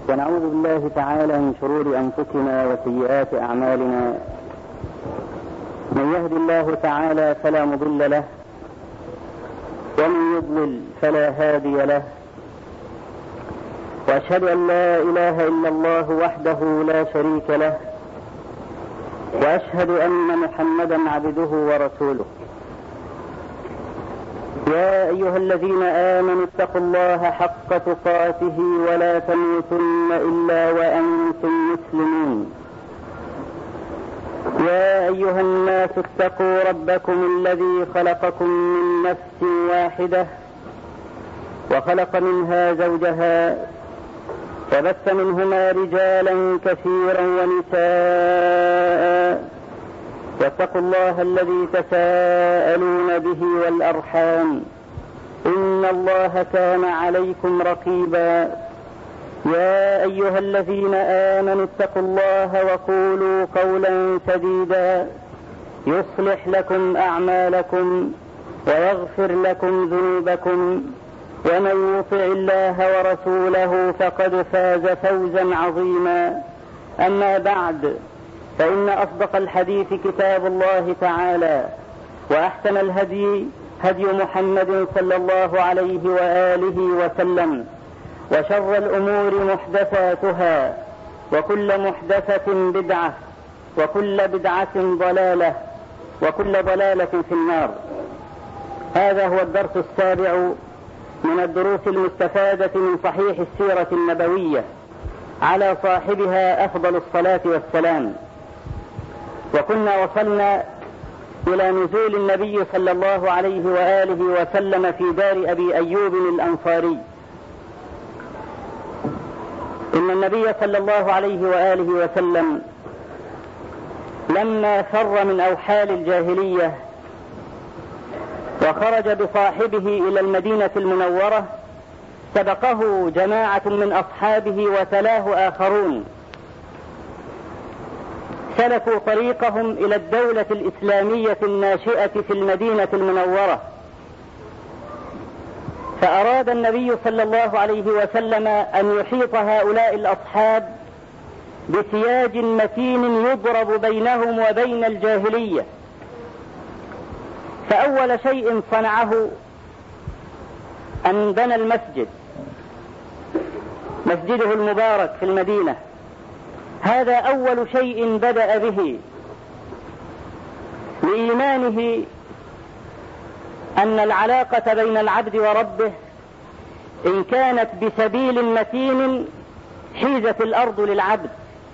ونعوذ بالله تعالى من شرور أنفسنا وسيئات أعمالنا. من يهد الله تعالى فلا مضل له، ومن يضلل فلا هادي له. وأشهد أن لا إله إلا الله وحده لا شريك له، وأشهد أن محمدا عبده ورسوله. يا أيها الذين آمنوا اتقوا الله حق تقاته ولا تموتن إلا وأنتم مسلمون. يا أيها الناس اتقوا ربكم الذي خلقكم من نفس واحدة وخلق منها زوجها وبث منهما رجالا كثيرا ونساء. واتقوا الله الذي تساءلون به والأرحام، إن الله كان عليكم رقيبا. يا أيها الذين آمنوا اتقوا الله وقولوا قولا سديدا يصلح لكم أعمالكم ويغفر لكم ذنوبكم، ومن يطع الله ورسوله فقد فاز فوزا عظيما. أما بعد، فإن أصدق الحديث كتاب الله تعالى، وأحسن الهدي هدي محمد صلى الله عليه وآله وسلم، وشر الأمور محدثاتها، وكل محدثة بدعة، وكل بدعة ضلالة، وكل ضلالة في النار. هذا هو الدرس السابع من الدروس المستفادة من صحيح السيرة النبوية، على صاحبها أفضل الصلاة والسلام. وكنا وصلنا إلى نزول النبي صلى الله عليه وآله وسلم في دار أبي أيوب الأنصاري. إن النبي صلى الله عليه وآله وسلم لما فر من أوحال الجاهلية وخرج بصاحبه إلى المدينة المنورة، سبقه جماعة من أصحابه وتلاه آخرون، سلكوا طريقهم إلى الدولة الإسلامية الناشئة في المدينة المنورة. فأراد النبي صلى الله عليه وسلم أن يحيط هؤلاء الأصحاب بسياج متين يضرب بينهم وبين الجاهلية. فأول شيء صنعه أن بنى المسجد، مسجده المبارك في المدينة. هذا أول شيء بدأ به، لإيمانه أن العلاقة بين العبد وربه إن كانت بسبيل متين حيزت الأرض للعبد.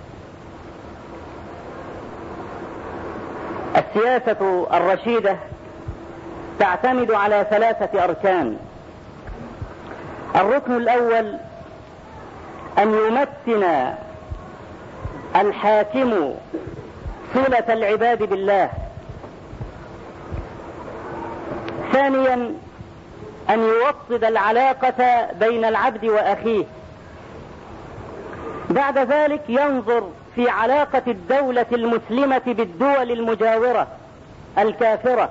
السياسة الرشيدة تعتمد على 3 أركان. الركن الأول أن يمتن الحاكم صلة العباد بالله. ثانيا أن يوطد العلاقة بين العبد وأخيه. بعد ذلك ينظر في علاقة الدولة المسلمة بالدول المجاورة الكافرة.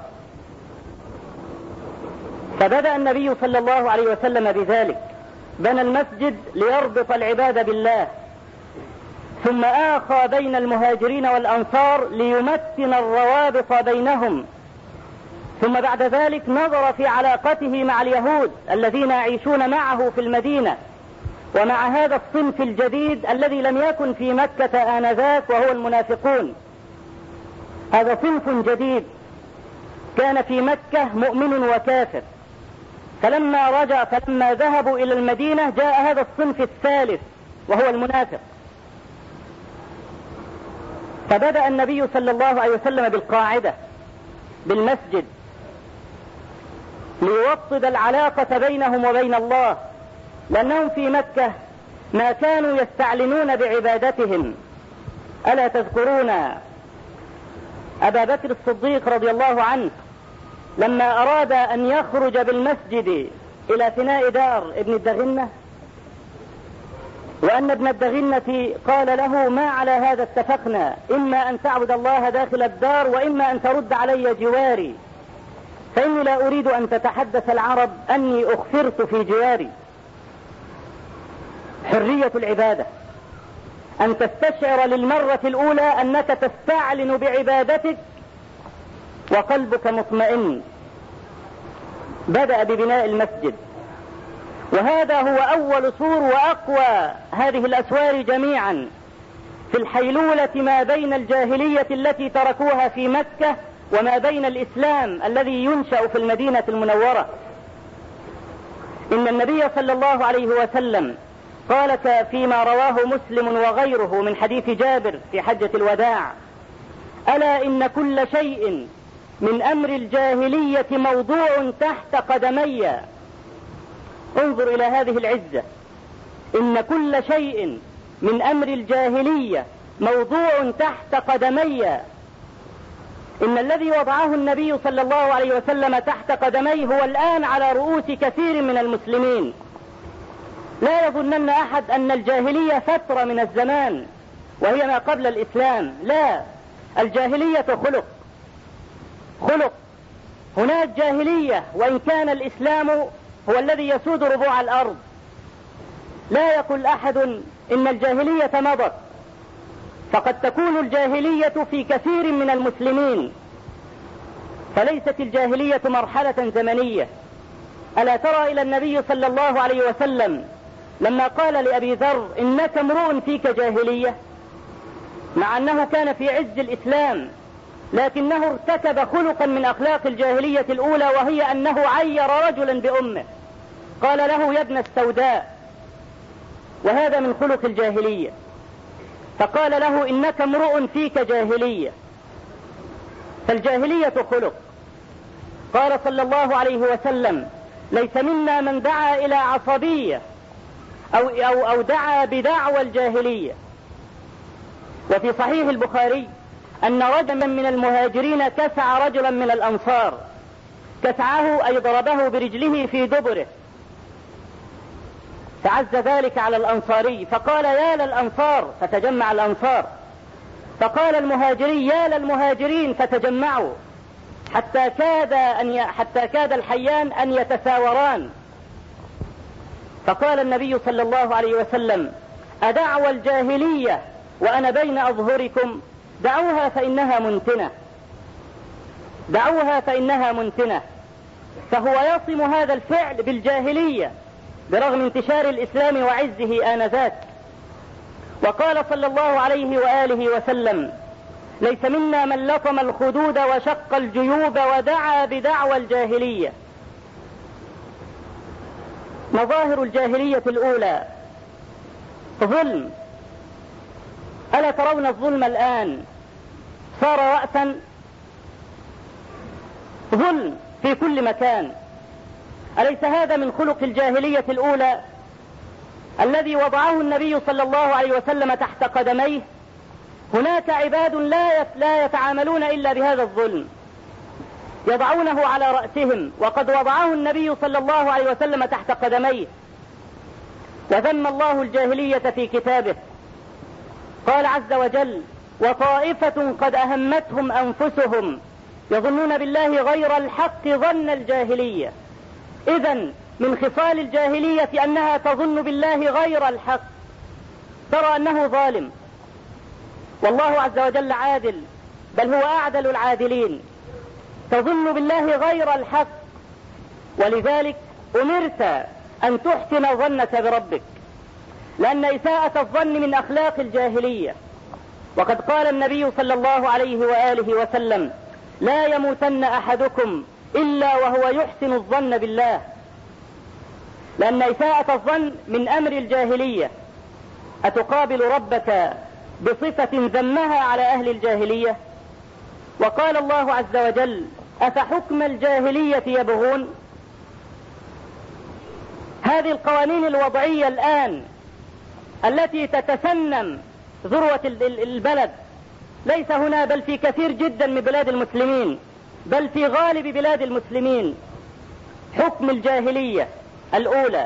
فبدأ النبي صلى الله عليه وسلم بذلك، بنى المسجد ليربط العباد بالله، ثم آخى بين المهاجرين والأنصار ليمتن الروابط بينهم، ثم بعد ذلك نظر في علاقته مع اليهود الذين يعيشون معه في المدينة، ومع هذا الصنف الجديد الذي لم يكن في مكة آنذاك وهو المنافقون. هذا صنف جديد كان في مكة مؤمن وكافر، فلما ذهبوا إلى المدينة جاء هذا الصنف الثالث وهو المنافق. فبدأ النبي صلى الله عليه وسلم بالقاعدة بالمسجد ليوطد العلاقة بينهم وبين الله، لأنهم في مكة ما كانوا يستعلنون بعبادتهم. ألا تذكرون أبا بكر الصديق رضي الله عنه لما أراد أن يخرج بالمسجد إلى فناء دار ابن الدغنة، وأن ابن الدغنة قال له: ما على هذا اتفقنا، إما أن تعبد الله داخل الدار وإما أن ترد علي جواري، فإني لا أريد أن تتحدث العرب أني أخفرت في جواري. حرية العبادة، أن تستشعر للمرة الأولى أنك تستعلن بعبادتك وقلبك مطمئن. بدأ ببناء المسجد، وهذا هو أول سور وأقوى هذه الأسوار جميعا في الحيلولة ما بين الجاهلية التي تركوها في مكة وما بين الإسلام الذي ينشأ في المدينة المنورة. إن النبي صلى الله عليه وسلم قال فيما رواه مسلم وغيره من حديث جابر في حجة الوداع: ألا إن كل شيء من أمر الجاهلية موضوع تحت قدمي. انظر إلى هذه العزة، إن كل شيء من أمر الجاهلية موضوع تحت قدمي. إن الذي وضعه النبي صلى الله عليه وسلم تحت قدميه هو الآن على رؤوس كثير من المسلمين. لا يظنن أحد أن الجاهلية فترة من الزمان وهي ما قبل الإسلام، لا، الجاهلية خلق. هناك جاهلية وإن كان الإسلام هو الذي يسود ربوع الأرض. لا يقول أحد إن الجاهلية مضت، فقد تكون الجاهلية في كثير من المسلمين، فليست الجاهلية مرحلة زمنية. ألا ترى إلى النبي صلى الله عليه وسلم لما قال لأبي ذر: إنك امرؤ فيك جاهلية، مع أنه كان في عز الإسلام، لكنه ارتكب خلقا من أخلاق الجاهلية الأولى، وهي أنه عير رجلا بأمه، قال له: يا ابن السوداء، وهذا من خلق الجاهلية. فقال له: إنك امرؤ فيك جاهلية. فالجاهلية خلق. قال صلى الله عليه وسلم: ليس منا من دعا إلى عصبية أو دعا بدعوى الجاهلية. وفي صحيح البخاري أن رجلا من المهاجرين كسع رجلا من الأنصار، كسعه أي ضربه برجله في دبره، فعز ذلك على الأنصاري فقال: يا للأنصار، فتجمع الأنصار. فقال المهاجري: يا للمهاجرين، فتجمعوا، حتى كاد الحيان أن يتساوران. فقال النبي صلى الله عليه وسلم: أدعوى الجاهلية وأنا بين أظهركم؟ دعوها فإنها منتنة. فهو يصم هذا الفعل بالجاهلية برغم انتشار الإسلام وعزه آنذاك. وقال صلى الله عليه وآله وسلم: ليس منا من لطم الخدود وشق الجيوب ودعا بدعوى الجاهلية. مظاهر الجاهلية الأولى: ظلم. ألا ترون الظلم الآن صار رأسا؟ ظلم في كل مكان. أليس هذا من خلق الجاهلية الأولى الذي وضعه النبي صلى الله عليه وسلم تحت قدميه؟ هناك عباد لا يتعاملون إلا بهذا الظلم، يضعونه على رأسهم، وقد وضعه النبي صلى الله عليه وسلم تحت قدميه. وذم الله الجاهلية في كتابه، قال عز وجل: وطائفة قد أهمتهم أنفسهم يظنون بالله غير الحق ظن الجاهلية. إذن من خصال الجاهلية أنها تظن بالله غير الحق، ترى أنه ظالم، والله عز وجل عادل، بل هو أعدل العادلين. تظن بالله غير الحق، ولذلك أمرت أن تحسن ظنك بربك، لأن إساءة الظن من أخلاق الجاهلية. وقد قال النبي صلى الله عليه وآله وسلم: لا يموتن أحدكم إلا وهو يحسن الظن بالله، لأن إساءة الظن من أمر الجاهلية. أتقابل ربك بصفة ذمها على أهل الجاهلية؟ وقال الله عز وجل: أفحكم الجاهلية يبغون؟ هذه القوانين الوضعية الآن التي تتسنم ذروة البلد، ليس هنا بل في كثير جدا من بلاد المسلمين، بل في غالب بلاد المسلمين، حكم الجاهلية الأولى.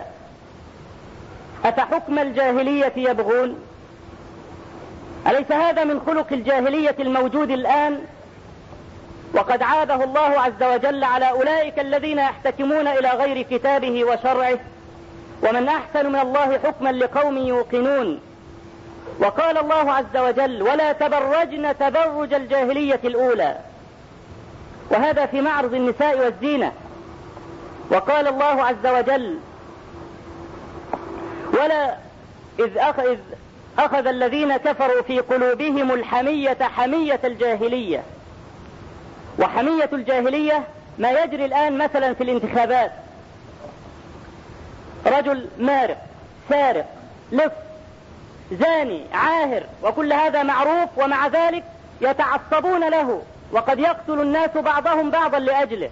أفحكم الجاهلية يبغون؟ أليس هذا من خلق الجاهلية الموجود الآن؟ وقد عابه الله عز وجل على أولئك الذين يحتكمون إلى غير كتابه وشرعه ومن أحسن من الله حكما لقوم يوقنون. وقال الله عز وجل ولا تبرجن تبرج الجاهلية الأولى، وهذا في معرض النساء والزينة. وقال الله عز وجل ولا إذ أخذ الذين كفروا في قلوبهم الحمية حمية الجاهلية. وحمية الجاهلية ما يجري الآن مثلا في الانتخابات، رجل مارق سارق لص زاني عاهر وكل هذا معروف، ومع ذلك يتعصبون له، وقد يقتل الناس بعضهم بعضا لأجله.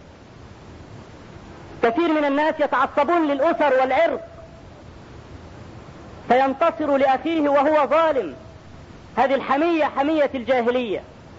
كثير من الناس يتعصبون للأسر والعرض فينتصر لأخيه وهو ظالم. هذه الحمية حمية الجاهلية.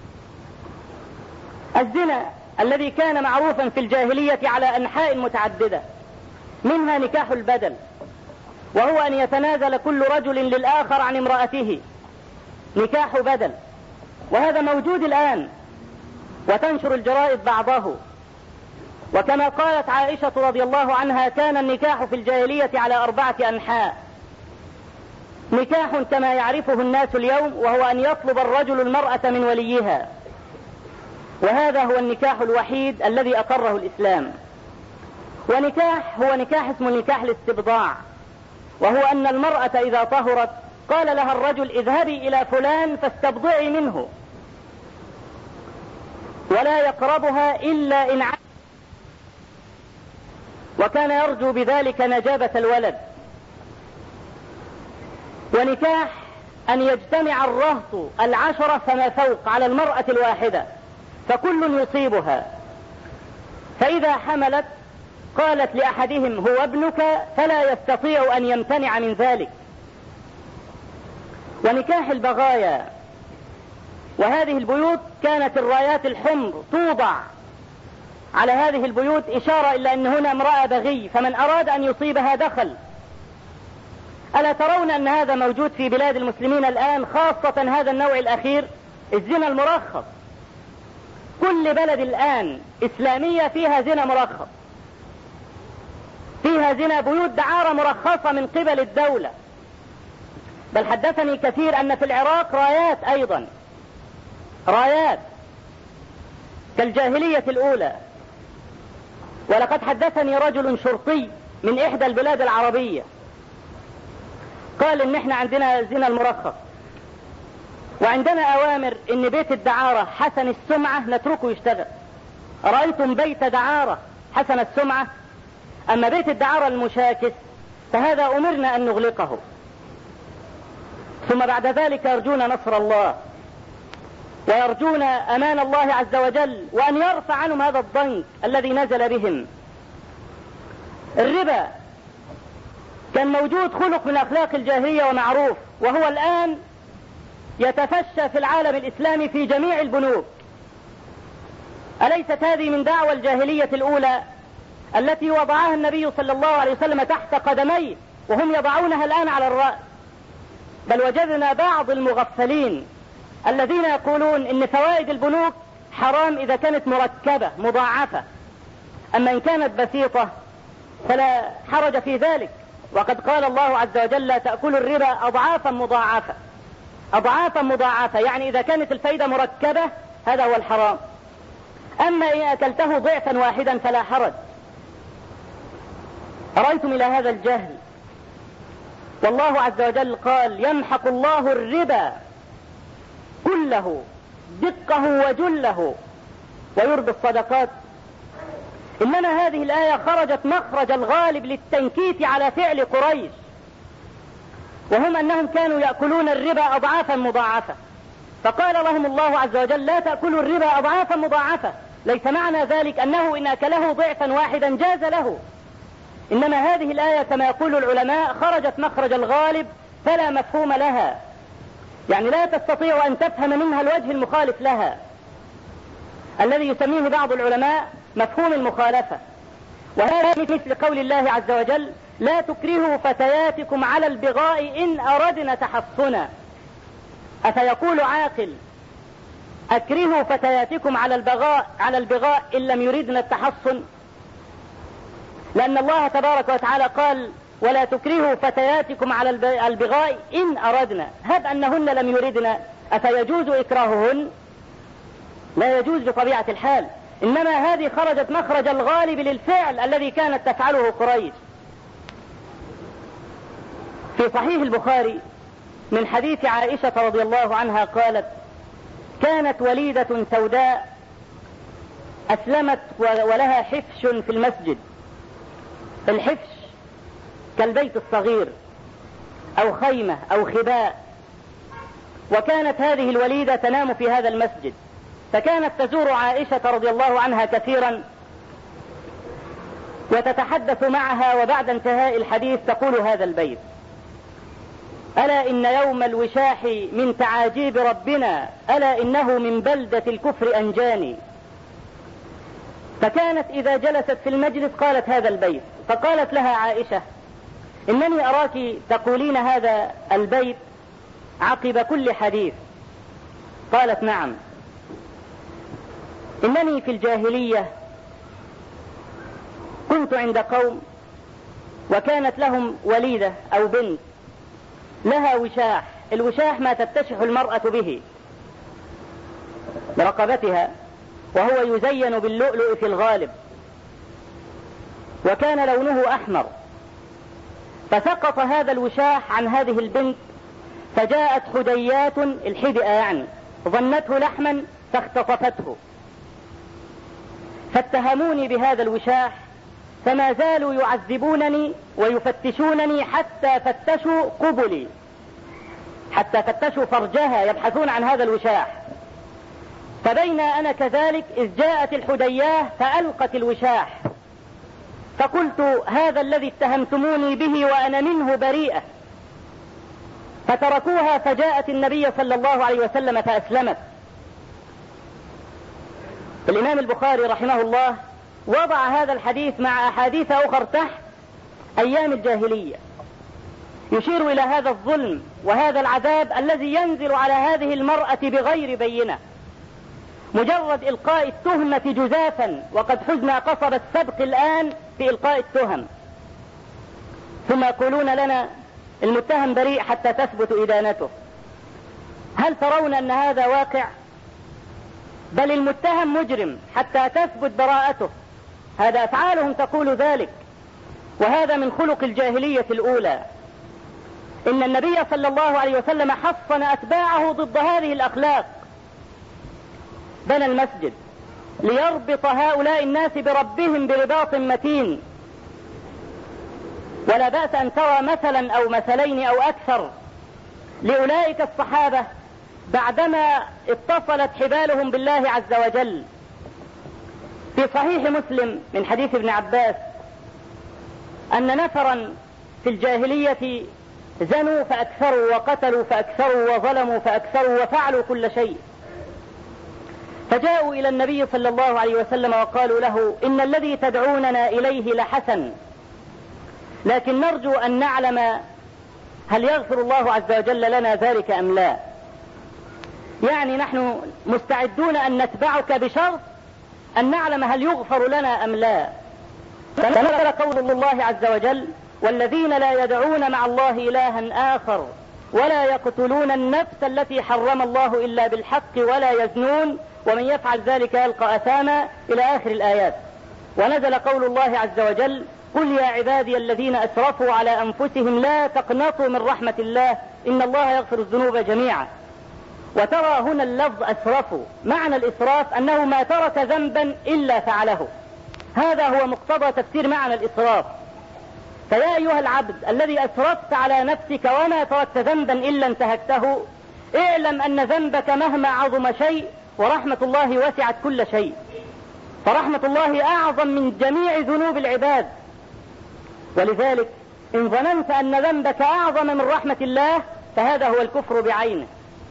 الزنا الذي كان معروفا في الجاهلية على أنحاء متعددة، منها نكاح البدل، وهو أن يتنازل كل رجل للآخر عن امرأته، نكاح بدل، وهذا موجود الآن وتنشر الجرائد بعضه. وكما قالت عائشة رضي الله عنها كان النكاح في الجاهلية على 4 أنحاء. نكاح كما يعرفه الناس اليوم، وهو أن يطلب الرجل المرأة من وليها، وهذا هو النكاح الوحيد الذي أقره الإسلام. ونكاح هو نكاح اسمه نكاح الاستبضاع، وهو أن المرأة إذا طهرت قال لها الرجل اذهبي إلى فلان فاستبضعي منه، ولا يقربها إلا إن عاد، وكان يرجو بذلك نجابة الولد. ونكاح أن يجتمع الرهط 10 فما فوق على المرأة الواحدة، فكل يصيبها، فإذا حملت قالت لأحدهم هو ابنك، فلا يستطيع أن يمتنع من ذلك. ونكاح البغايا، وهذه البيوت كانت الرايات الحمر توضع على هذه البيوت إشارة إلى أن هنا امرأة بغي، فمن أراد أن يصيبها دخل. ألا ترون أن هذا موجود في بلاد المسلمين الآن، خاصة هذا النوع الأخير الزنا المرخص. كل بلد الآن إسلامية فيها زنا مرخص، فيها زنا بيوت دعارة مرخصة من قبل الدولة. بل حدثني كثير أن في العراق رايات أيضا، رايات كالجاهلية الأولى. ولقد حدثني رجل شرطي من إحدى البلاد العربية قال إن إحنا عندنا زنا المرخص، وعندنا أوامر إن بيت الدعارة حسن السمعة نتركه يشتغل. رأيتم بيت دعارة حسن السمعة؟ أما بيت الدعارة المشاكس فهذا أمرنا أن نغلقه. ثم بعد ذلك يرجون نصر الله ويرجون أمان الله عز وجل، وأن يرفع عنهم هذا الضنك الذي نزل بهم. الربا كان موجود خلق من أخلاق الجاهلية ومعروف، وهو الآن يتفشى في العالم الإسلامي في جميع البنوك. أليست هذه من دعوى الجاهلية الأولى التي وضعها النبي صلى الله عليه وسلم تحت قدميه، وهم يضعونها الآن على الرأس؟ بل وجدنا بعض المغفلين الذين يقولون إن فوائد البنوك حرام إذا كانت مركبة مضاعفة، أما إن كانت بسيطة فلا حرج في ذلك. وقد قال الله عز وجل لا تأكلوا الربا أضعافا مضاعفة، أضعافا مضاعفة، يعني إذا كانت الفائدة مركبة هذا هو الحرام، أما إن أكلته ضعفا واحدا فلا حرج. أرأيتم إلى هذا الجهل؟ والله عز وجل قال يمحق الله الربا كله دقه وجله ويربي الصدقات. إنما هذه الآية خرجت مخرج الغالب للتنكيت على فعل قريش، وهم أنهم كانوا يأكلون الربا أضعافا مضاعفة، فقال لهم الله عز وجل لا تأكلوا الربا أضعافا مضاعفة. ليس معنى ذلك أنه إن أكله ضعفا واحدا جاز له، إنما هذه الآية كما يقول العلماء خرجت مخرج الغالب فلا مفهوم لها، يعني لا تستطيع أن تفهم منها الوجه المخالف لها الذي يسميه بعض العلماء مفهوم المخالفة. وهذا مثل قول الله عز وجل لا تكرهوا فتياتكم على البغاء إن أردنا تحصنا. أفيقول عاقل أكرهوا فتياتكم على البغاء إن لم يردن التحصن؟ لأن الله تبارك وتعالى قال ولا تكرهوا فتياتكم على البغاء إن أردنا. هب أنهن لم يردن أفيجوز إكراههن؟ لا يجوز بطبيعة الحال، إنما هذه خرجت مخرج الغالب للفعل الذي كانت تفعله قريش. في صحيح البخاري من حديث عائشة رضي الله عنها قالت: كانت وليدة سوداء أسلمت ولها حفش في المسجد. الحفش كالبيت الصغير أو خيمة أو خباء، وكانت هذه الوليدة تنام في هذا المسجد، فكانت تزور عائشة رضي الله عنها كثيرا وتتحدث معها، وبعد انتهاء الحديث تقول هذا البيت: ألا إن يوم الوشاح من تعاجيب ربنا، ألا إنه من بلدة الكفر أنجاني. فكانت إذا جلست في المجلس قالت هذا البيت، فقالت لها عائشة: إنني أراك تقولين هذا البيت عقب كل حديث. قالت: نعم، إنني في الجاهلية كنت عند قوم وكانت لهم وليدة أو بنت لها وشاح. الوشاح ما تتشح المرأة به برقبتها، وهو يزين باللؤلؤ في الغالب، وكان لونه أحمر. فسقط هذا الوشاح عن هذه البنت، فجاءت حديات، الحدئة يعني، ظنته لحما فاختطفته، فاتهموني بهذا الوشاح، فما زالوا يعذبونني ويفتشونني حتى فتشوا قبلي، حتى فتشوا فرجها يبحثون عن هذا الوشاح. فبين أنا كذلك إذ جاءت الحدياه فألقت الوشاح، فقلت: هذا الذي اتهمتموني به وأنا منه بريئة. فتركوها، فجاءت النبي صلى الله عليه وسلم فأسلمت. الإمام البخاري رحمه الله وضع هذا الحديث مع أحاديث أخرى تحت أيام الجاهلية، يشير إلى هذا الظلم وهذا العذاب الذي ينزل على هذه المرأة بغير بينة، مجرد إلقاء التهمة جزافا، وقد حزنا قصب السبق الآن في إلقاء التهم، ثم يقولون لنا المتهم بريء حتى تثبت إدانته. هل ترون أن هذا واقع؟ بل المتهم مجرم حتى تثبت براءته، هذا أفعالهم تقول ذلك، وهذا من خلق الجاهلية الأولى. إن النبي صلى الله عليه وسلم حصن أتباعه ضد هذه الأخلاق، بنى المسجد ليربط هؤلاء الناس بربهم برباط متين. ولا بأس أن ترى مثلا أو مثلين أو أكثر لأولئك الصحابة بعدما اتصلت حبالهم بالله عز وجل. في صحيح مسلم من حديث ابن عباس أن نفرا في الجاهلية زنوا فأكثروا وقتلوا فأكثروا وظلموا فأكثروا وفعلوا كل شيء، فجاءوا إلى النبي صلى الله عليه وسلم وقالوا له: إن الذي تدعوننا إليه لحسن، لكن نرجو أن نعلم هل يغفر الله عز وجل لنا ذلك أم لا. يعني نحن مستعدون أن نتبعك بشرط أن نعلم هل يغفر لنا أم لا. فنزل قول الله عز وجل: والذين لا يدعون مع الله إلها آخر ولا يقتلون النفس التي حرم الله إلا بالحق ولا يزنون ومن يفعل ذلك يلقى أثاما، إلى آخر الآيات. ونزل قول الله عز وجل: قل يا عبادي الذين أسرفوا على أنفسهم لا تقنطوا من رحمة الله إن الله يغفر الذنوب جميعا. وترى هنا اللفظ أسرفوا، معنى الإسراف أنه ما ترك ذنبا إلا فعله، هذا هو مقتضى تفسير معنى الإسراف. فيا أيها العبد الذي أسرفت على نفسك وما تركت ذنبا إلا انتهكته، اعلم أن ذنبك مهما عظم شيء ورحمة الله وسعت كل شيء، فرحمة الله أعظم من جميع ذنوب العباد. ولذلك إن ظننت أن ذنبك أعظم من رحمة الله فهذا هو الكفر بعينه.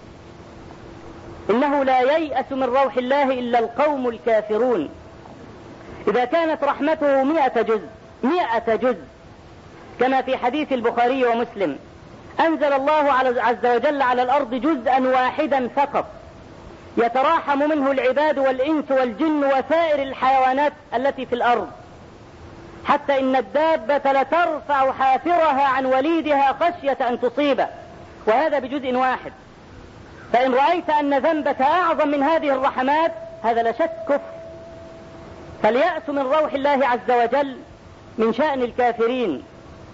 إنه لا ييأس من روح الله إلا القوم الكافرون. إذا كانت رحمته 100 جزء كما في حديث البخاري ومسلم: أنزل الله عز وجل على الأرض جزءا واحدا فقط يتراحم منه العباد والإنس والجن وسائر الحيوانات التي في الأرض، حتى إن الدابة لترفع حافرها عن وليدها خشية أن تصيبه، وهذا بجزء واحد. فإن رأيت أن ذنبك أعظم من هذه الرحمات هذا لا شك كفر. فاليأس من روح الله عز وجل من شأن الكافرين.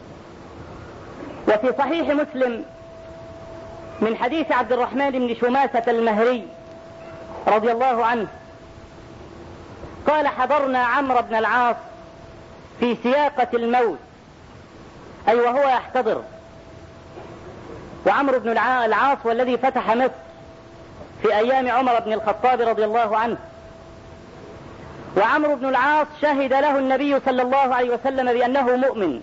وفي صحيح مسلم من حديث عبد الرحمن بن شماسة المهري رضي الله عنه قال: حضرنا عمرو بن العاص في سياقة الموت، أي وهو يحتضر. وعمرو بن العاص والذي فتح مصر في أيام عمر بن الخطاب رضي الله عنه. وعمرو بن العاص شهد له النبي صلى الله عليه وسلم بأنه مؤمن،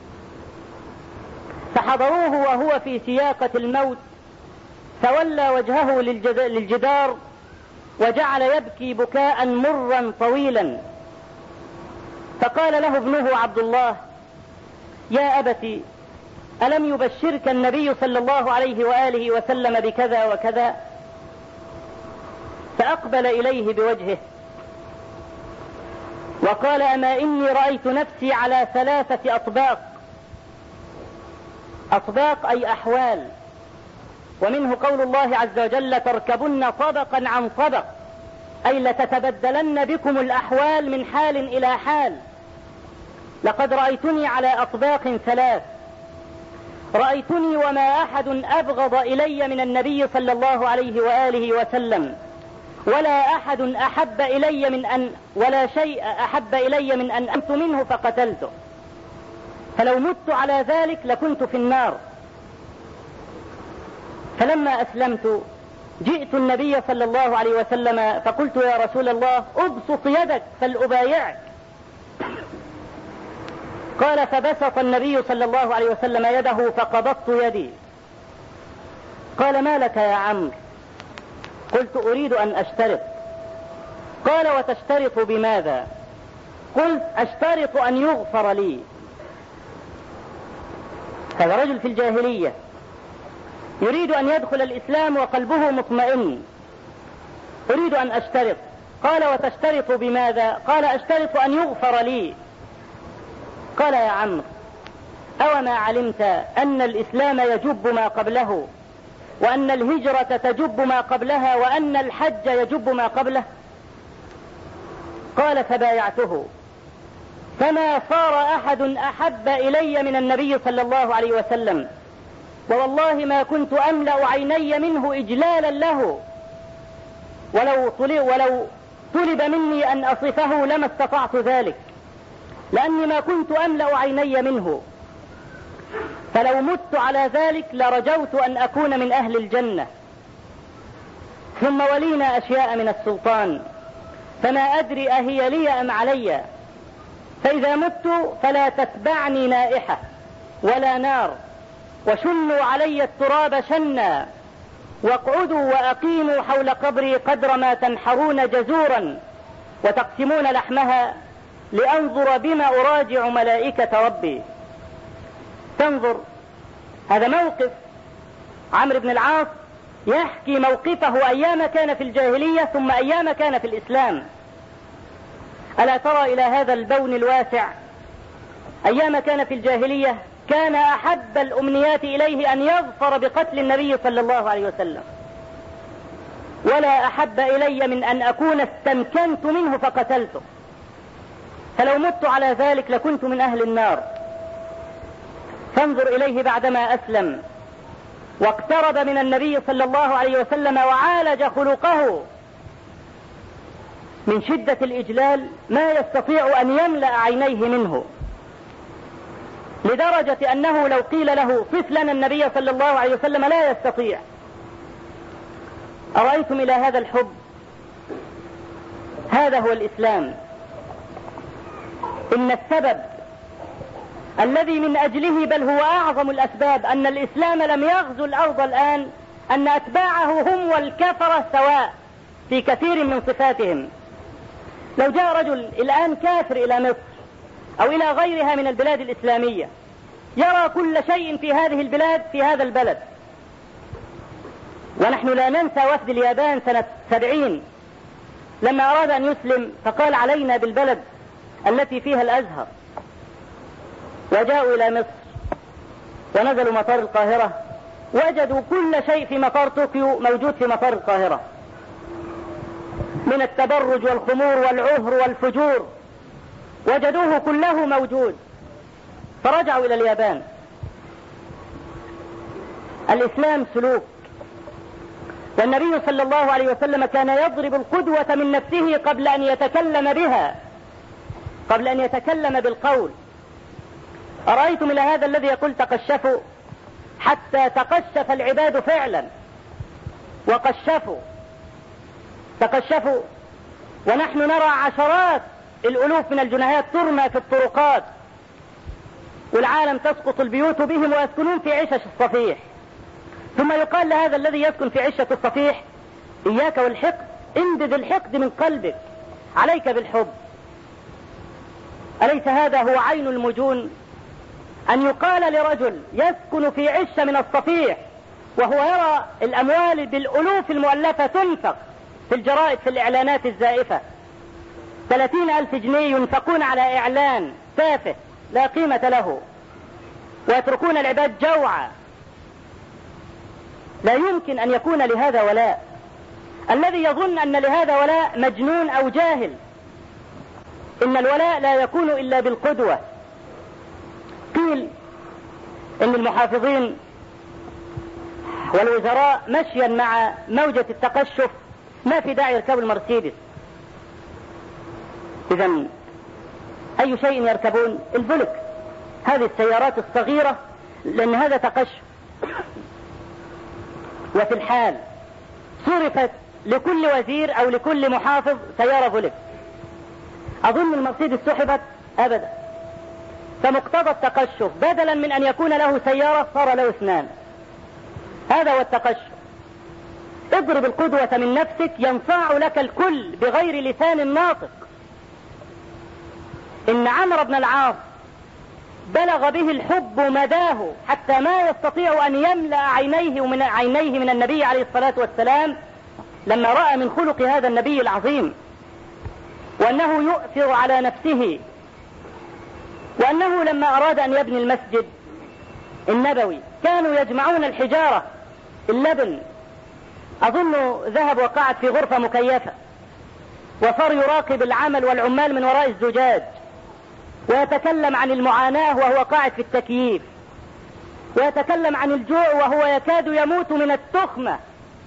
فحضروه وهو في سياقة الموت، فولى وجهه للجدار وجعل يبكي بكاء مرا طويلا. فقال له ابنه عبد الله: يا أبت، ألم يبشرك النبي صلى الله عليه وآله وسلم بكذا وكذا؟ فأقبل إليه بوجهه وقال: أما إني رأيت نفسي على 3 أطباق. أطباق أي أحوال، ومنه قول الله عز وجل: تركبن طبقا عن طبق، أي لتتبدلن بكم الأحوال من حال إلى حال. لقد رأيتني على أطباق 3، رأيتني وما أحد أبغض إلي من النبي صلى الله عليه وآله وسلم، ولا أحد أحب إلي من أن ولا شيء أحب إلي من أن أمت منه فقتلته، فلو مت على ذلك لكنت في النار. فلما أسلمت جئت النبي صلى الله عليه وسلم فقلت: يا رسول الله، أبسط يدك فلأبايعك. قال: فبسط النبي صلى الله عليه وسلم يده فقبضت يدي. قال: ما لك يا عمرو؟ قلت: أريد أن أشترط. قال: وتشترط بماذا؟ قلت: أشترط أن يغفر لي. هذا رجل في الجاهلية يريد أن يدخل الإسلام وقلبه مطمئن. أريد أن أشترط. قال: وتشترط بماذا؟ قال: أشترط أن يغفر لي. قال: يا عمرو، أوما علمت أن الإسلام يجب ما قبله، وأن الهجرة تجب ما قبلها، وأن الحج يجب ما قبله؟ قال: فبايعته، فما صار أحد أحب إلي من النبي صلى الله عليه وسلم، ووالله ما كنت أملأ عيني منه إجلالا له، ولو طلب مني أن أصفه لما استطعت ذلك، لأني ما كنت أملأ عيني منه. فلو مت على ذلك لرجوت أن أكون من أهل الجنة. ثم ولينا أشياء من السلطان فما أدري أهي لي أم علي، فإذا مت فلا تتبعني نائحة ولا نار، وشنوا علي التراب شنا، واقعدوا وأقيموا حول قبري قدر ما تنحرون جزورا وتقسمون لحمها، لأنظر بما أراجع ملائكة ربي. تنظر، هذا موقف عمرو بن العاص يحكي موقفه أيام كان في الجاهلية ثم أيام كان في الإسلام. ألا ترى إلى هذا البون الواسع؟ أيام كان في الجاهلية كان أحب الأمنيات إليه أن يظفر بقتل النبي صلى الله عليه وسلم، ولا أحب إلي من أن أكون استمكنت منه فقتلته، فلو مت على ذلك لكنت من أهل النار. فانظر إليه بعدما أسلم واقترب من النبي صلى الله عليه وسلم وعالج خلقه من شدة الإجلال ما يستطيع أن يملأ عينيه منه، لدرجة أنه لو قيل له صف لنا النبي صلى الله عليه وسلم لا يستطيع. أرأيتم إلى هذا الحب؟ هذا هو الإسلام. إن السبب الذي من أجله، بل هو أعظم الأسباب، أن الإسلام لم يغزو الأرض الآن، أن أتباعه هم والكفرة سواء في كثير من صفاتهم. لو جاء رجل الآن كافر إلى مصر أو إلى غيرها من البلاد الإسلامية يرى كل شيء في هذه البلاد في هذا البلد. ونحن لا ننسى وفد اليابان سنة 70 لما أراد أن يسلم فقال: علينا بالبلد التي فيها الأزهر، وجاءوا إلى مصر ونزلوا مطار القاهرة، وجدوا كل شيء في مطار طوكيو موجود في مطار القاهرة من التبرج والخمور والعهر والفجور، وجدوه كله موجود، فرجعوا إلى اليابان. الإسلام سلوك، والنبي صلى الله عليه وسلم كان يضرب القدوة من نفسه قبل أن يتكلم بها، قبل أن يتكلم بالقول. أرأيتم إلى هذا الذي يقول تقشفوا، حتى تقشف العباد فعلا وقشفوا، تقشفوا، ونحن نرى عشرات الألوف من الجنيهات ترمى في الطرقات، والعالم تسقط البيوت بهم ويسكنون في عشش الصفيح. ثم يقال لهذا الذي يسكن في عشة الصفيح: إياك والحقد، امدد الحقد من قلبك، عليك بالحب. أليس هذا هو عين المجون؟ أن يقال لرجل يسكن في عشة من الصفيح وهو يرى الأموال بالألوف المؤلفة تنفق في الجرائد في الإعلانات الزائفة، 30,000 جنيه ينفقون على إعلان تافه لا قيمة له، ويتركون العباد جوعا. لا يمكن أن يكون لهذا ولاء. الذي يظن أن لهذا ولاء مجنون أو جاهل. إن الولاء لا يكون إلا بالقدوة. قيل إن المحافظين والوزراء مشيا مع موجة التقشف ما في داعي يركبوا المرسيدس. إذن أي شيء يركبون؟ البولك، هذه السيارات الصغيرة، لأن هذا تقشف. وفي الحال صرفت لكل وزير أو لكل محافظ سيارة بولك. أظن المرسيدس سحبت؟ أبدا. فمقتضى التقشف بدلا من أن يكون له سيارة صار له 2. هذا هو التقشف. اضرب القدوة من نفسك ينفع لك الكل بغير لسان ناطق. إن عمرو بن العاص بلغ به الحب مداه حتى ما يستطيع أن يملأ عينيه من النبي عليه الصلاة والسلام لما رأى من خلق هذا النبي العظيم، وأنه يؤثر على نفسه، وأنه لما أراد أن يبني المسجد النبوي كانوا يجمعون الحجارة اللبن، أظن ذهب وقعد في غرفة مكيفة، وصار يراقب العمل والعمال من وراء الزجاج، ويتكلم عن المعاناة وهو قاعد في التكييف، ويتكلم عن الجوع وهو يكاد يموت من التخمة.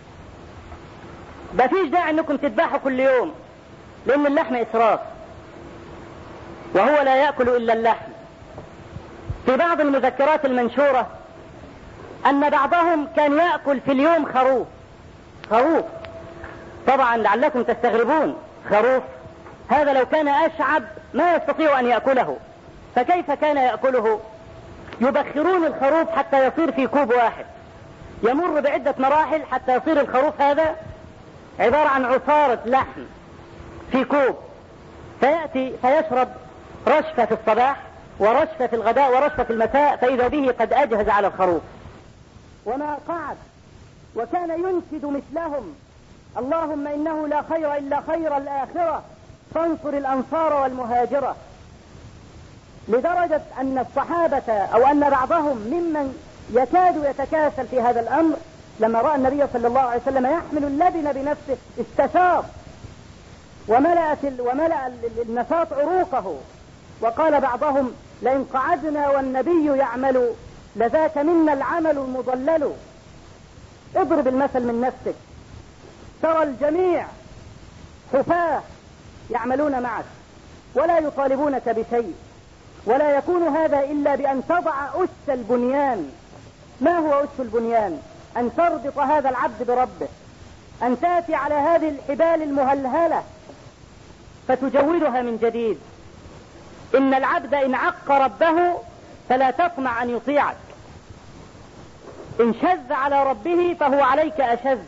مفيش داعي انكم تذبحوا كل يوم، لان اللحم اسراف، وهو لا يأكل الا اللحم. في بعض المذكرات المنشورة ان بعضهم كان يأكل في اليوم خروف. طبعا لعلكم تستغربون، خروف هذا لو كان أشعب ما يستطيع أن يأكله، فكيف كان يأكله؟ يبخرون الخروف حتى يصير في كوب واحد، يمر بعدة مراحل حتى يصير الخروف هذا عبارة عن عصارة لحم في كوب، فيأتي فيشرب رشفة في الصباح ورشفة في الغداء ورشفة في المساء، فإذا به قد أجهز على الخروف. وما قعد وكان ينشد مثلهم: اللهم إنه لا خير إلا خير الآخرة فانصر الأنصار والمهاجرة. لدرجة أن الصحابة أو أن بعضهم ممن يكاد يتكاسل في هذا الأمر لما رأى النبي صلى الله عليه وسلم يحمل اللبن بنفسه استشاط وملأ النشاط عروقه، وقال بعضهم: لئن قعدنا والنبي يعمل لذاك منا العمل المضلل. اضرب المثل من نفسك، ترى الجميع حفاة يعملون معك ولا يطالبونك بشيء، ولا يكون هذا إلا بأن تضع أس البنيان. ما هو أس البنيان؟ أن تربط هذا العبد بربه، أن تأتي على هذه الحبال المهلهلة فتجودها من جديد. إن العبد إن عق ربه فلا تطمع أن يطيعك، إن شذ على ربه فهو عليك أشذ.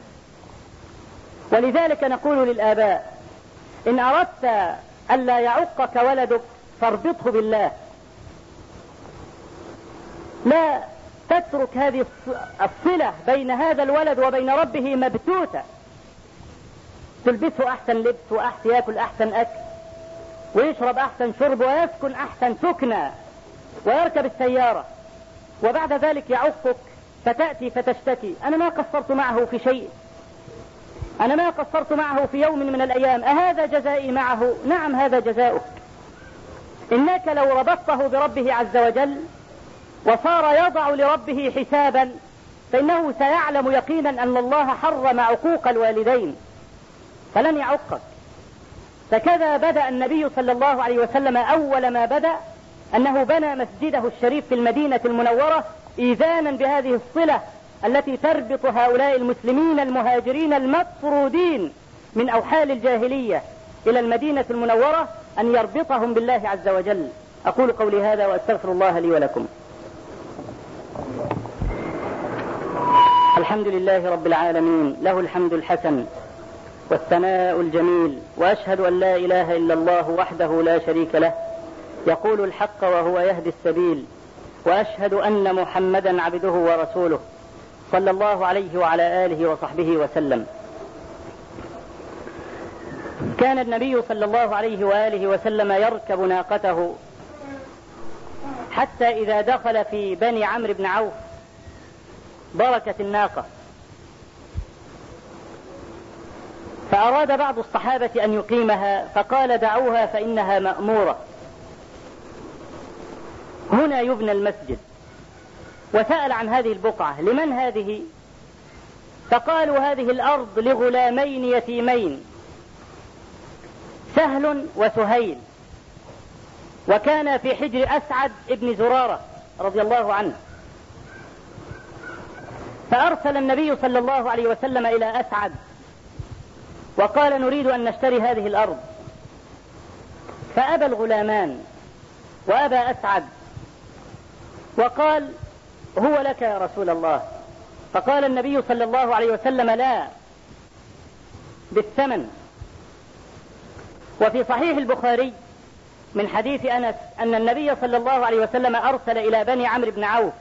ولذلك نقول للآباء: إن أردت ألا يعقك ولدك فاربطه بالله، لا تترك هذه الصلة بين هذا الولد وبين ربه مبتوتة. تلبسه أحسن لبس، يأكل أحسن أكل، ويشرب أحسن شرب، ويسكن أحسن سكنى، ويركب السيارة وبعد ذلك يعقك فتأتي فتشتكي: أنا ما قصرت معه في شيء، أنا ما قصرت معه في يوم من الأيام، أهذا جزائي معه؟ نعم هذا جزاؤك. إنك لو ربطته بربه عز وجل وصار يضع لربه حسابا فإنه سيعلم يقينا أن الله حرم عقوق الوالدين فلن يعقك. فكذا بدأ النبي صلى الله عليه وسلم أول ما بدأ أنه بنى مسجده الشريف في المدينة المنورة إيذانا بهذه الصلة التي تربط هؤلاء المسلمين المهاجرين المطرودين من أوحال الجاهلية إلى المدينة المنورة، أن يربطهم بالله عز وجل. أقول قولي هذا وأستغفر الله لي ولكم. الحمد لله رب العالمين، له الحمد الحسن والثناء الجميل، وأشهد أن لا إله إلا الله وحده لا شريك له يقول الحق وهو يهدي السبيل، وأشهد أن محمدا عبده ورسوله صلى الله عليه وعلى آله وصحبه وسلم. كان النبي صلى الله عليه وآله وسلم يركب ناقته حتى إذا دخل في بني عمرو بن عوف بركت الناقة، فأراد بعض الصحابة أن يقيمها فقال: دعوها فإنها مأمورة، هنا يبنى المسجد. وسأل عن هذه البقعة: لمن هذه؟ فقالوا: هذه الأرض لغلامين يتيمين، سهل وسهيل، وكان في حجر أسعد ابن زرارة رضي الله عنه. فأرسل النبي صلى الله عليه وسلم إلى أسعد وقال: نريد أن نشتري هذه الأرض. فأبى الغلامان وأبى أسعد وقال: هو لك يا رسول الله. فقال النبي صلى الله عليه وسلم: لا، بالثمن. وفي صحيح البخاري من حديث أنس أن النبي صلى الله عليه وسلم أرسل إلى بني عمرو بن عوف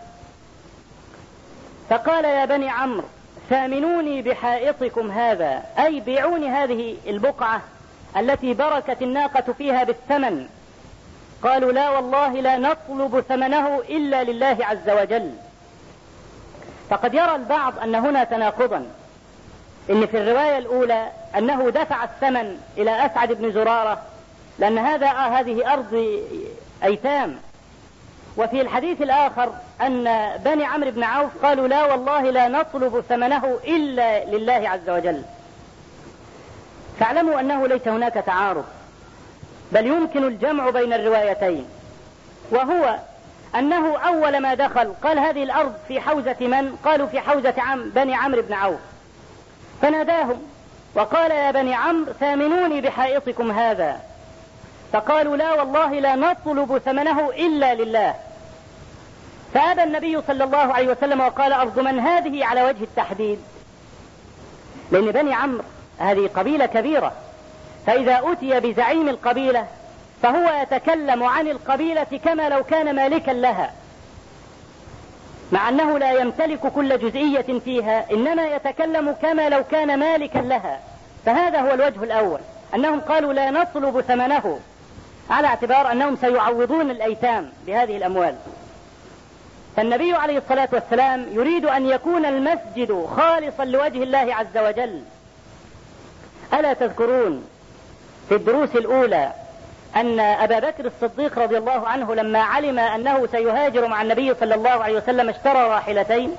فقال: يا بني عمرو، ثامنوني بحائطكم هذا، أي بيعوني هذه البقعة التي بركت الناقة فيها بالثمن. قالوا: لا والله لا نطلب ثمنه إلا لله عز وجل. فقد يرى البعض أن هنا تناقضا، إن في الرواية الأولى أنه دفع الثمن إلى أسعد بن زرارة لأن هذه أرض أيتام، وفي الحديث الآخر أن بني عمرو بن عوف قالوا: لا والله لا نطلب ثمنه إلا لله عز وجل. فاعلموا أنه ليس هناك تعارض، بل يمكن الجمع بين الروايتين، وهو أنه أول ما دخل قال: هذه الأرض في حوزة من؟ قالوا: في حوزة بني عمرو بن عوف. فناداهم وقال: يا بني عمرو، ثامنوني بحائطكم هذا. فقالوا: لا والله لا نطلب ثمنه إلا لله. فأبى النبي صلى الله عليه وسلم وقال: أرض من هذه على وجه التحديد؟ لأن بني عمرو هذه قبيلة كبيرة، فإذا أتي بزعيم القبيلة فهو يتكلم عن القبيلة كما لو كان مالكا لها، مع أنه لا يمتلك كل جزئية فيها، إنما يتكلم كما لو كان مالكا لها. فهذا هو الوجه الأول، أنهم قالوا: لا نطلب ثمنه، على اعتبار أنهم سيعوضون الأيتام بهذه الأموال. فالنبي عليه الصلاة والسلام يريد أن يكون المسجد خالصا لوجه الله عز وجل. ألا تذكرون في الدروس الأولى أن أبا بكر الصديق رضي الله عنه لما علم أنه سيهاجر مع النبي صلى الله عليه وسلم اشترى راحلتين،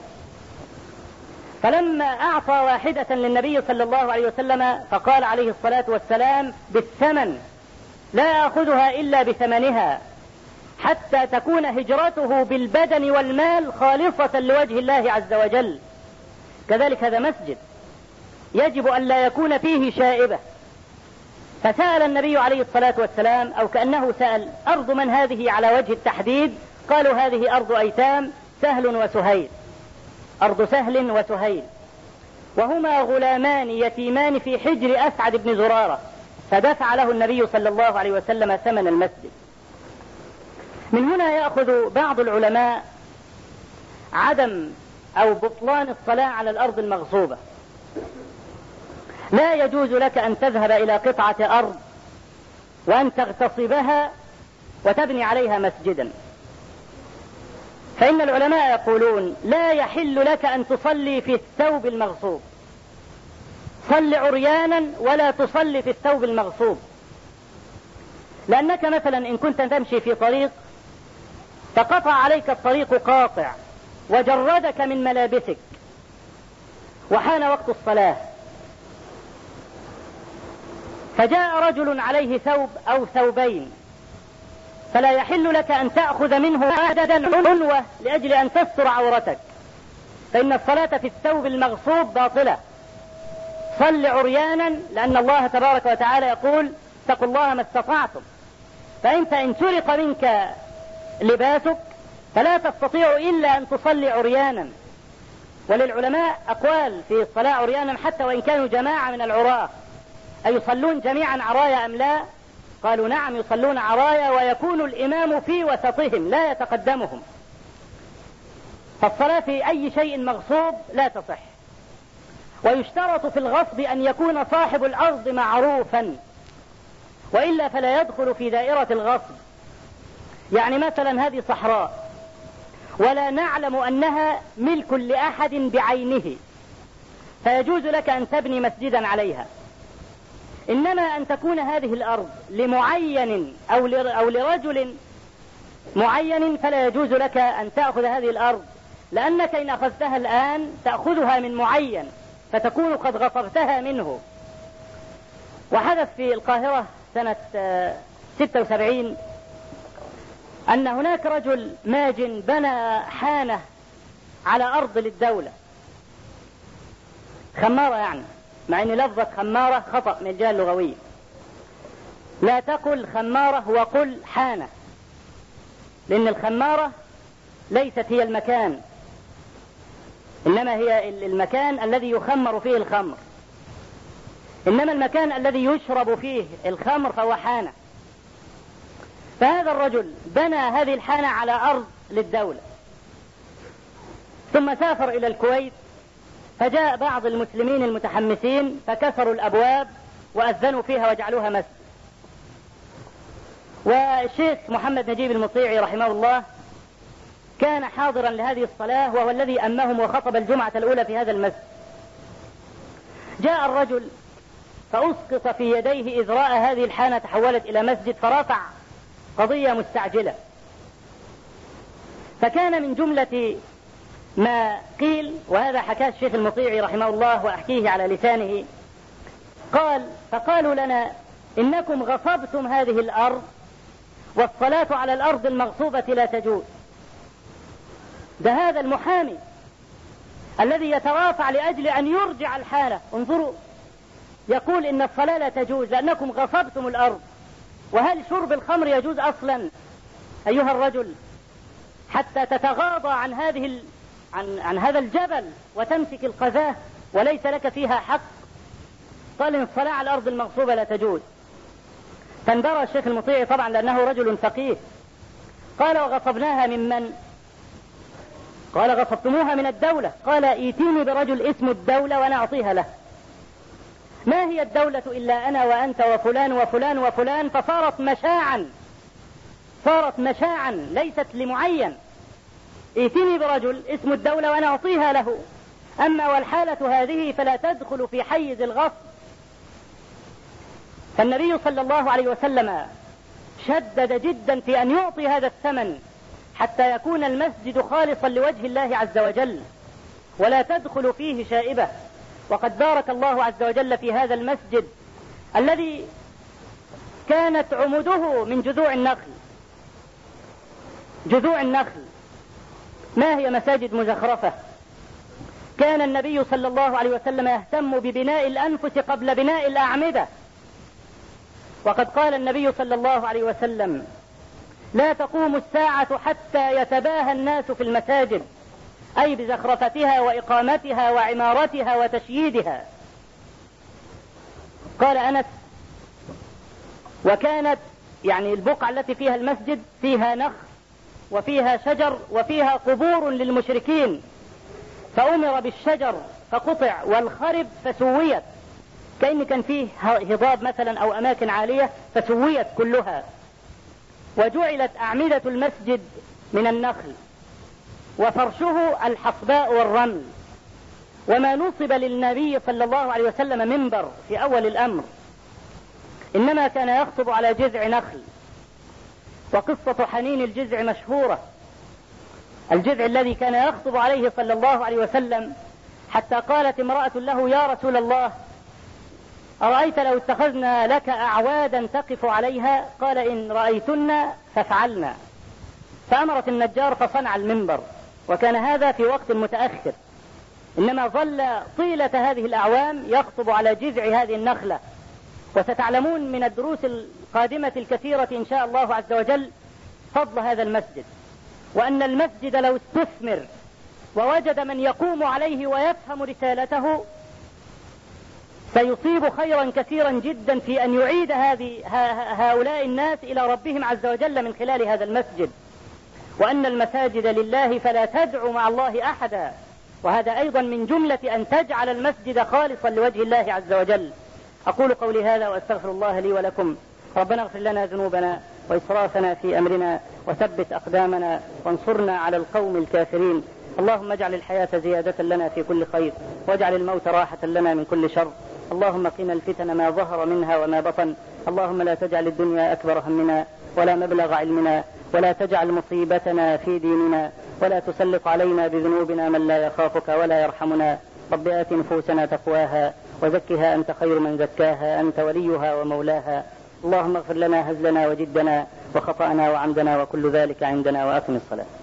فلما أعطى واحدة للنبي صلى الله عليه وسلم فقال عليه الصلاة والسلام: بالثمن، لا أخذها إلا بثمنها، حتى تكون هجرته بالبدن والمال خالصة لوجه الله عز وجل. كذلك هذا مسجد يجب أن لا يكون فيه شائبة. فسأل النبي عليه الصلاة والسلام، أو كأنه سأل: أرض من هذه على وجه التحديد؟ قالوا: هذه أرض أيتام، سهل وسهيل، أرض سهل وسهيل، وهما غلامان يتيمان في حجر أسعد بن زرارة. فدفع له النبي صلى الله عليه وسلم ثمن المسجد. من هنا يأخذ بعض العلماء عدم أو بطلان الصلاة على الأرض المغصوبة. لا يجوز لك أن تذهب إلى قطعة أرض وأن تغتصبها وتبني عليها مسجدا. فإن العلماء يقولون لا يحل لك أن تصلي في الثوب المغصوب، صل عريانا ولا تصلي في الثوب المغصوب، لأنك مثلا إن كنت تمشي في طريق فقطع عليك الطريق قاطع وجردك من ملابسك وحان وقت الصلاة، فجاء رجل عليه ثوب أو ثوبين، فلا يحل لك أن تأخذ منه عددا عنوة لأجل أن تستر عورتك، فإن الصلاة في الثوب المغصوب باطلة. صل عريانا، لأن الله تبارك وتعالى يقول اتقوا الله ما استطعتم، فأنت إن سرق منك لباسك فلا تستطيع إلا أن تصلي عريانا. وللعلماء أقوال في الصلاة عريانا حتى وإن كانوا جماعة من العراة، أيصلون جميعا عرايا أم لا؟ قالوا نعم يصلون عرايا، ويكون الإمام في وسطهم لا يتقدمهم. فالصلاة في أي شيء مغصوب لا تصح. ويشترط في الغصب أن يكون صاحب الأرض معروفا، وإلا فلا يدخل في دائرة الغصب. يعني مثلا هذه صحراء ولا نعلم أنها ملك لأحد بعينه، فيجوز لك أن تبني مسجدا عليها. إنما أن تكون هذه الأرض لمعين أو لرجل معين فلا يجوز لك أن تأخذ هذه الأرض، لأنك إن أخذتها الآن تأخذها من معين فتكون قد غصبتها منه. وحدث في القاهرة سنة 76 أن هناك رجل ماجن بنى حانة على أرض للدولة، خمارة يعني، مع أن لفظة خمارة خطأ من الجهة اللغوية، لا تقل خمارة وقل حانة، لأن الخمارة ليست هي المكان، إنما هي المكان الذي يخمر فيه الخمر، إنما المكان الذي يشرب فيه الخمر فهو حانة. فهذا الرجل بنى هذه الحانة على أرض للدولة، ثم سافر إلى الكويت، فجاء بعض المسلمين المتحمسين فكسروا الأبواب وأذنوا فيها وجعلوها مسجد. والشيخ محمد نجيب المطيعي رحمه الله كان حاضرا لهذه الصلاة، وهو الذي أمهم وخطب الجمعة الأولى في هذا المسجد. جاء الرجل فأسقط في يديه إذ رأى هذه الحانة تحولت إلى مسجد، فرافع قضية مستعجلة. فكان من جملة ما قيل، وهذا حكاه الشيخ المطيعي رحمه الله وأحكيه على لسانه، قال فقالوا لنا إنكم غصبتم هذه الأرض والصلاة على الأرض المغصوبة لا تجوز. ده هذا المحامي الذي يترافع لأجل أن يرجع الحالة، انظروا، يقول إن الصلاة لا تجوز لأنكم غصبتم الأرض. وهل شرب الخمر يجوز أصلا أيها الرجل حتى تتغاضى عن هذا الجبل وتمسك القذاة وليس لك فيها حق؟ قال إن الصلاة على الأرض المغصوبة لا تجوز. فاندرى الشيخ المطيعي طبعا لأنه رجل فقيه، قال وغصبناها ممن؟ قال غصبتموها من الدولة. قال ايتيني برجل اسم الدولة وأنا أعطيها له. ما هي الدولة إلا أنا وأنت وفلان وفلان وفلان، فصارت مشاعا، صارت مشاعا ليست لمعين. ائتني برجل اسم الدولة وأنا أعطيها له، أما والحالة هذه فلا تدخل في حيز الغصب. فالنبي صلى الله عليه وسلم شدد جدا في أن يعطي هذا الثمن حتى يكون المسجد خالصا لوجه الله عز وجل ولا تدخل فيه شائبة. وقد بارك الله عز وجل في هذا المسجد الذي كانت عمده من جذوع النخل. جذوع النخل ما هي مساجد مزخرفة. كان النبي صلى الله عليه وسلم يهتم ببناء الأنفس قبل بناء الأعمدة. وقد قال النبي صلى الله عليه وسلم لا تقوم الساعة حتى يتباهى الناس في المساجد، أي بزخرفتها وإقامتها وعمارتها وتشييدها. قال أنس وكانت يعني البقعة التي فيها المسجد فيها نخل وفيها شجر وفيها قبور للمشركين، فأمر بالشجر فقطع والخرب فسويت، كأن كان فيه هضاب مثلا أو أماكن عالية فسويت كلها، وجعلت أعمدة المسجد من النخل. وفرشه الحصباء والرمل. وما نصب للنبي صلى الله عليه وسلم منبر في أول الأمر، إنما كان يخطب على جذع نخل. وقصة حنين الجذع مشهورة، الجذع الذي كان يخطب عليه صلى الله عليه وسلم، حتى قالت امرأة له: يا رسول الله، أرأيت لو اتخذنا لك أعوادا تقف عليها؟ قال: إن رأيتن فافعلنا. فأمرت النجار فصنع المنبر، وكان هذا في وقت متأخر، إنما ظل طيلة هذه الأعوام يخطب على جذع هذه النخلة. وستعلمون من الدروس القادمة الكثيرة إن شاء الله عز وجل فضل هذا المسجد، وأن المسجد لو استثمر ووجد من يقوم عليه ويفهم رسالته سيصيب خيرا كثيرا جدا في أن يعيد هؤلاء الناس إلى ربهم عز وجل من خلال هذا المسجد. وأن المساجد لله فلا تدعوا مع الله أحدا، وهذا أيضا من جملة أن تجعل المسجد خالصا لوجه الله عز وجل. أقول قولي هذا وأستغفر الله لي ولكم. ربنا اغفر لنا ذنوبنا وإسرافنا في أمرنا وثبت أقدامنا وانصرنا على القوم الكافرين. اللهم اجعل الحياة زيادة لنا في كل خير، واجعل الموت راحة لنا من كل شر. اللهم قنا الفتن ما ظهر منها وما بطن. اللهم لا تجعل الدنيا أكبر همنا ولا مبلغ علمنا، ولا تجعل مصيبتنا في ديننا، ولا تسلط علينا بذنوبنا من لا يخافك ولا يرحمنا. رب آت نفوسنا تقواها وزكها أنت خير من زكاها، أنت وليها ومولاها. اللهم اغفر لنا هزلنا وجدنا وخطأنا وعمدنا وكل ذلك عندنا، وأقم الصلاة.